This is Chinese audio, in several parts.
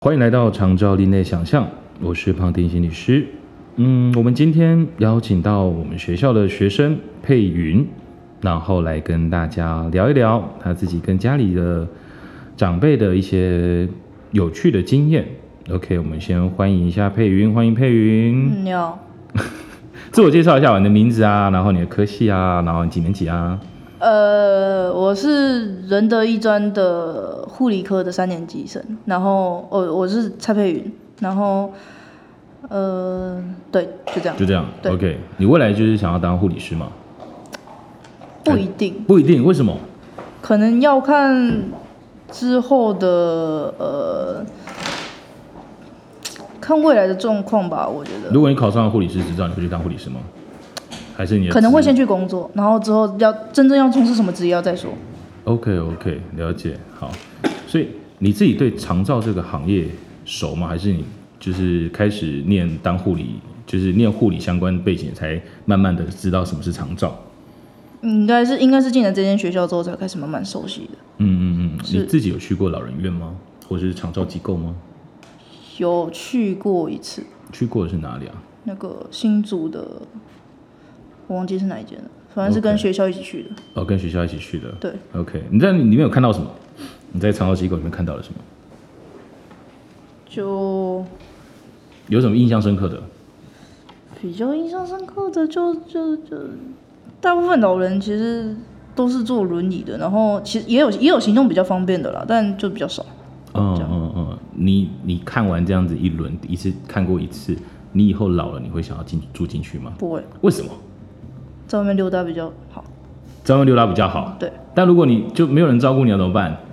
欢迎来到长照另类想象，我是胖丁心理师。我们今天邀请到我们学校的学生佩云，然后来跟大家聊一聊他自己跟家里的长辈的一些有趣的经验。OK， 我们先欢迎一下佩云，欢迎佩云。 你好。 自我介绍一下，你的名字啊，然后你的科系啊，然后你几年级啊？ 我是仁德医专的护理科的3年级生，然后我是蔡佩云，然后对，就这样。 对 OK， 你未来就是想要当护理师吗？ 不一定， 不一定，为什么？ 可能要看之后的看未来的状况吧，我觉得。 如果你考上了护理师执照，你会去当护理师吗？还是你的可能会先去工作，然后之后真正要从事什么职业要再说。 OK， 了解。好，所以你自己对长照这个行业熟吗？还是你就是开始当护理，就是念护理相关背景，才慢慢的知道什么是长照？ 应该是进了这间学校之后才开始慢慢熟悉的。 你自己有去过老人院吗？或者是长照机构吗？ 有去过一次。 去过的是哪里啊？ 那个新竹的，我忘记是哪一间了，反正是跟学校一起去的。 哦，跟学校一起去的。 对。 OK， 你在里面有看到什么？你在长照机构里面看到了什么？ 就有什么印象深刻的？ 比较印象深刻的就大部分老人其实都是坐轮椅的，然后其实也有行动比较方便的啦，但就比较少。 你看完这样子一次看过一次，你以后老了你会想要住进去吗？ 不会。 为什么？ 在外面溜达比较好。 在外面溜达比较好。 对。 但如果你就没有人照顾你要怎么办？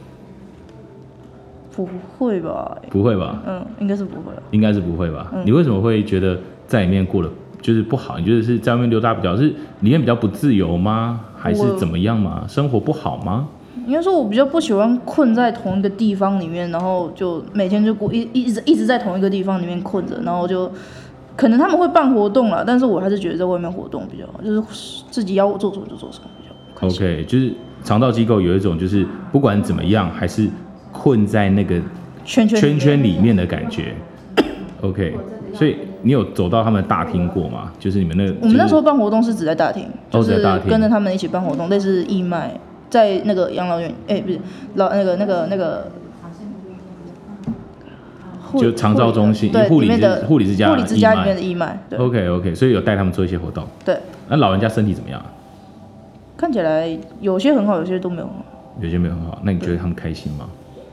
不会吧？ 不会吧？ 应该是不会。 应该是不会吧？你为什么会觉得在里面过得就是不好？你觉得是在外面溜达比较是里面比较不自由吗？还是怎么样吗？生活不好吗？ 应该说，我比较不喜欢困在同一个地方里面，然后就每天就一直在同一个地方里面困着，然后就可能他们会办活动啦，但是我还是觉得在外面活动比较好，就是自己要我做什么就做什么比较开心。 OK， 就是长照机构有一种就是不管怎么样还是困在那个圈圈里面的感觉。OK， 所以你有走到他们的大厅过吗？就是你们我们那时候办活动是只在大厅，就是跟着他们一起办活动，类似义卖。在那个养老院，不是那个， 就长照中心， 对， 护理之家里面的义卖。 OK， 所以有带他们做一些活动。 对。 那老人家身体怎么样？ 看起来有些很好，有些都没有很好。 有些没有很好，那你觉得他们开心吗？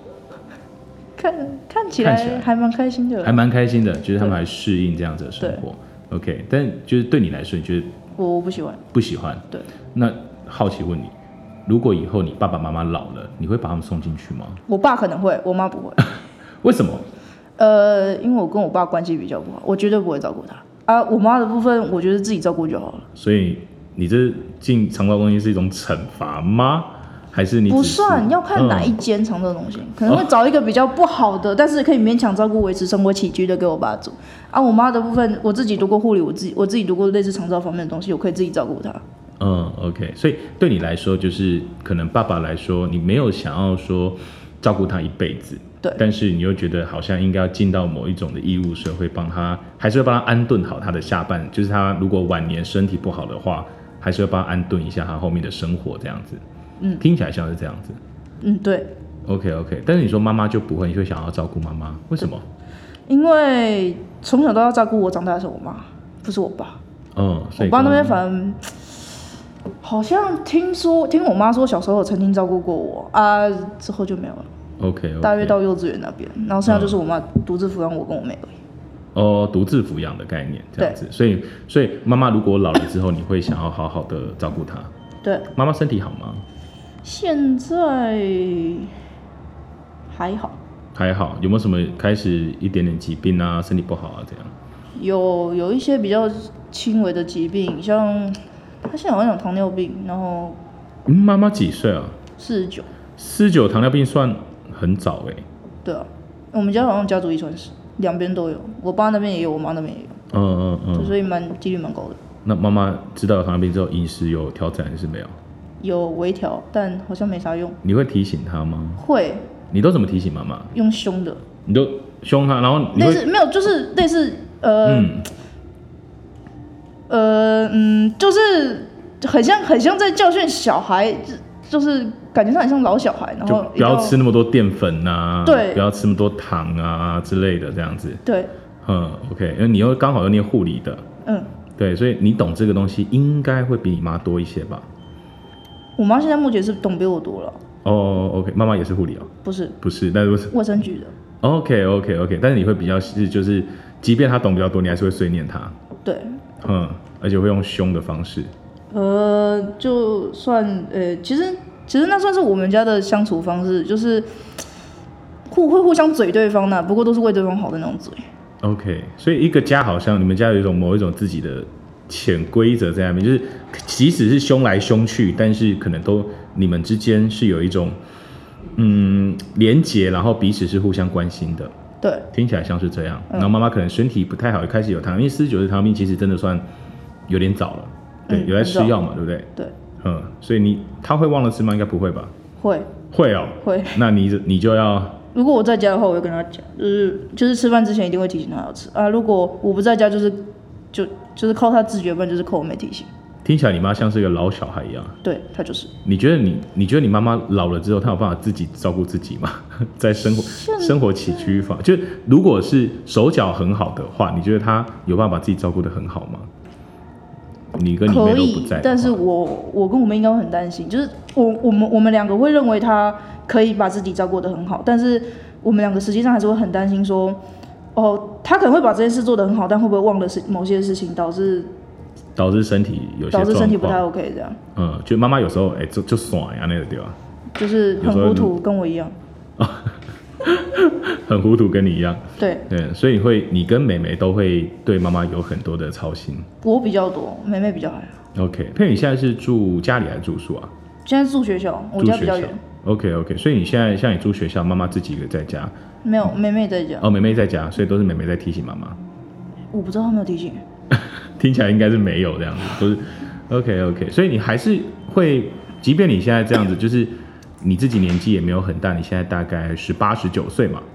看起来还蛮开心的。 还蛮开心的，就是他们还适应这样子的生活。OK， 但就是对你来说，你觉得？ 我不喜欢。不喜欢。对。 那好奇问你。如果以后你爸爸妈妈老了，你会把他们送进去吗？ 我爸可能会，我妈不会。 为什么？ 因为我跟我爸关系比较不好，我绝对不会照顾他啊。我妈的部分，我觉得自己照顾就好了。 所以你这进长照中心是一种惩罚吗？还是你不算？要看哪一间长照中心，可能会找一个比较不好的，但是可以勉强照顾、维持生活起居的给我爸做。啊，我妈的部分，我自己读过护理，我自己读过类似长照方面的东西，我可以自己照顾她。 OK， 所以对你来说，就是可能爸爸来说，你没有想要说照顾他一辈子， 对， 但是你又觉得好像应该要尽到某一种的义务社会，还是会帮他安顿好他的下半，就是他如果晚年身体不好的话，还是会帮他安顿一下他后面的生活这样子。听起来像是这样子。 对。 OK， 但是你说妈妈就不会，你会想要照顾妈妈，为什么？ 因为从小都要照顾我，长大的是我妈，不是我爸。 所以我爸那边反正。好像听我妈说，小时候曾经照顾过我啊，之后就没有了。 OK， 大约到幼稚园那边，然后剩下就是我妈独自抚养我跟我妹而已。 独自抚养的概念这样子。所以妈妈如果老了之后，你会想要好好的照顾她。 对。妈妈身体好吗？ 现在还好。 还好，有没有什么开始一点点疾病啊，身体不好啊这样？ 有一些比较轻微的疾病，像。他现在好像有糖尿病，然后。 妈妈几岁啊 ？49。 49糖尿病算很早哎。 对啊，我们家好像家族遗传史，两边都有，我爸那边也有，我妈那边也有。所以几率蛮高的。 那妈妈知道糖尿病之后，饮食有调整还是没有？ 有微调，但好像没啥用。 你会提醒她吗？ 会， 你都怎么提醒妈妈？ 用凶的， 你都凶她，然后你会类似没有，就是类似就是很像在教训小孩，就是感觉上很像老小孩，然后就不要吃那么多淀粉啊， 对， 不要吃那么多糖啊之类的这样子。 对， OK， 因为你又刚好又念护理的，对，所以你懂这个东西应该会比你妈多一些吧？ 我妈现在目前是懂比我多了。 OK， 妈妈也是护理哦？ 不是， 但是卫生局的。 OK， 但是你会比较就是，即便她懂比较多，你还是会碎念她。 对。 而且会用凶的方式。 就算其实那算是我们家的相处方式，就是会互相嘴对方的，不过都是为对方好的那种嘴。 OK， 所以一个家好像你们家有某一种自己的潜规则在那边，就是即使是凶来凶去，但是可能都你们之间是有一种连结，然后彼此是互相关心的。 对， 听起来像是这样。然后妈妈可能身体不太好，开始有糖尿病，因为49岁糖尿病其实真的算有点早了。对，有在吃药嘛，对不对？ 对。 所以他会忘了吃吗？应该不会吧？ 会哦。 会。 那你就要。 如果我在家的话，我会跟他讲，就是吃饭之前一定会提醒他要吃啊。如果我不在家，就是靠他自觉，不然就是靠我没提醒。 听起来你妈像是一个老小孩一样。 对，她就是。 你觉得你妈妈老了之后，她有办法自己照顾自己吗？在生活起居方，就如果是手脚很好的话，你觉得她有办法把自己照顾得很好吗？你跟你妹都不在， 但是我跟我妹应该会很担心，就是我们两个会认为她可以把自己照顾得很好，但是我们两个实际上还是会很担心说，她可能会把这件事做得很好，但会不会忘了某些事情，导致身体有些状况， 导致身体不太 OK 这样。 就妈妈有时候就爽呀那个对吧？ 就是很糊涂，跟我一样。 很糊涂，跟你一样。 对， 所以你跟妹妹都会对妈妈有很多的操心。 我比较多，妹妹比较还好。 OK， 佩宇现在是住家里还是住宿啊？ 现在住学校，我家比较远。 OK， 所以你现在像你住学校，妈妈自己一个在家？ 没有，妹妹在家。 妹妹在家，所以都是妹妹在提醒妈妈。 我不知道她没有提醒。 听起来应该是没有这样子，都是 OK， 所以你还是会，即便你现在这样子，就是你自己年纪也没有很大，你现在大概18、19岁嘛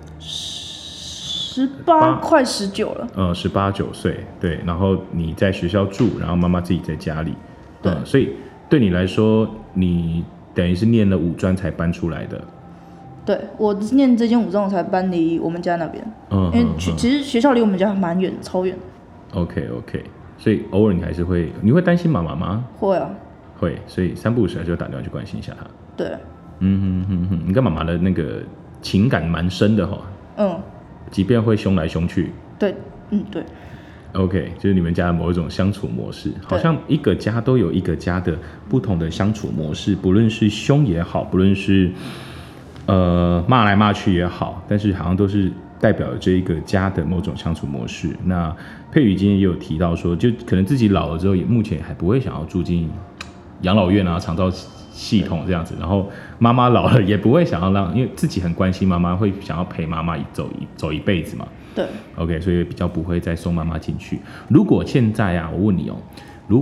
，18快19了。 18、19岁，对。然后你在学校住，然后妈妈自己在家里， 对。 所以对你来说，你等于是念了5专才搬出来的。 对，我念这间5专我才搬离我们家那边，因为其实学校离我们家蛮远，超远。 OK， 所以偶尔你会担心妈妈吗？ 会啊， 会，所以3不5时就打电话去关心一下她。 对， 你跟妈妈的那个情感蛮深的哈。即便会凶来凶去。 对，对。 OK， 就是你们家的某一种相处模式，好像一个家都有一个家的不同的相处模式，不论是凶也好，不论是骂来骂去也好，但是好像都是代表了这一个家的某种相处模式。那佩宇今天也有提到说，就可能自己老了之后，也目前还不会想要住进养老院啊、长照系统这样子。然后妈妈老了也不会想要因为自己很关心妈妈，会想要陪妈妈走一辈子嘛。 对。 OK， 所以比较不会再送妈妈进去。如果现在啊，我问你如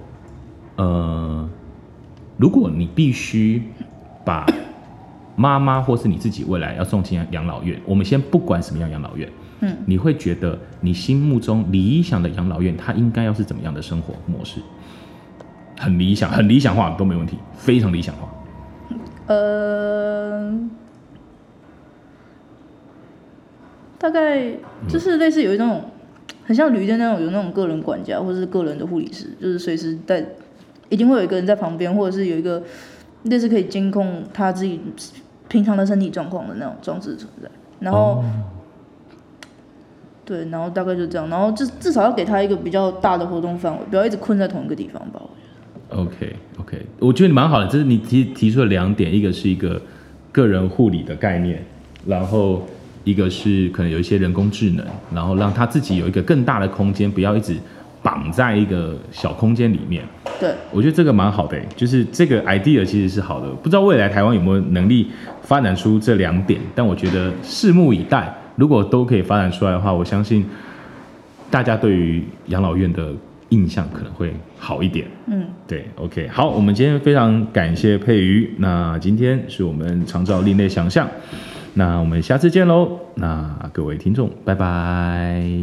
果你必须把妈妈或是你自己未来要送进养老院，我们先不管什么样养老院，你会觉得你心目中理想的养老院，它应该要是怎么样的生活模式？很理想化都没问题，非常理想化。 大概就是类似有一种很像旅店那种，有那种个人管家或是个人的护理师，就是随时一定会有一个人在旁边，或者是有一个类似可以监控他自己平常的身体状况的那种装置存在。然后，对，然后大概就这样，然后至少要给他一个比较大的活动范围，不要一直困在同一个地方吧。我觉得。 OK， 我觉得你蛮好的，这是你提出了2点，一个是一个个人护理的概念，然后一个是可能有一些人工智能，然后让他自己有一个更大的空间，不要一直绑在一个小空间里面。 对， 我觉得这个蛮好的，就是这个 idea 其实是好的。不知道未来台湾有没有能力发展出这2点，但我觉得拭目以待。如果都可以发展出来的话，我相信大家对于养老院的印象可能会好一点。对 ，OK， 好，我们今天非常感谢佩瑜。那今天是我们长照另类想象那我们下次见喽。那各位听众，拜拜。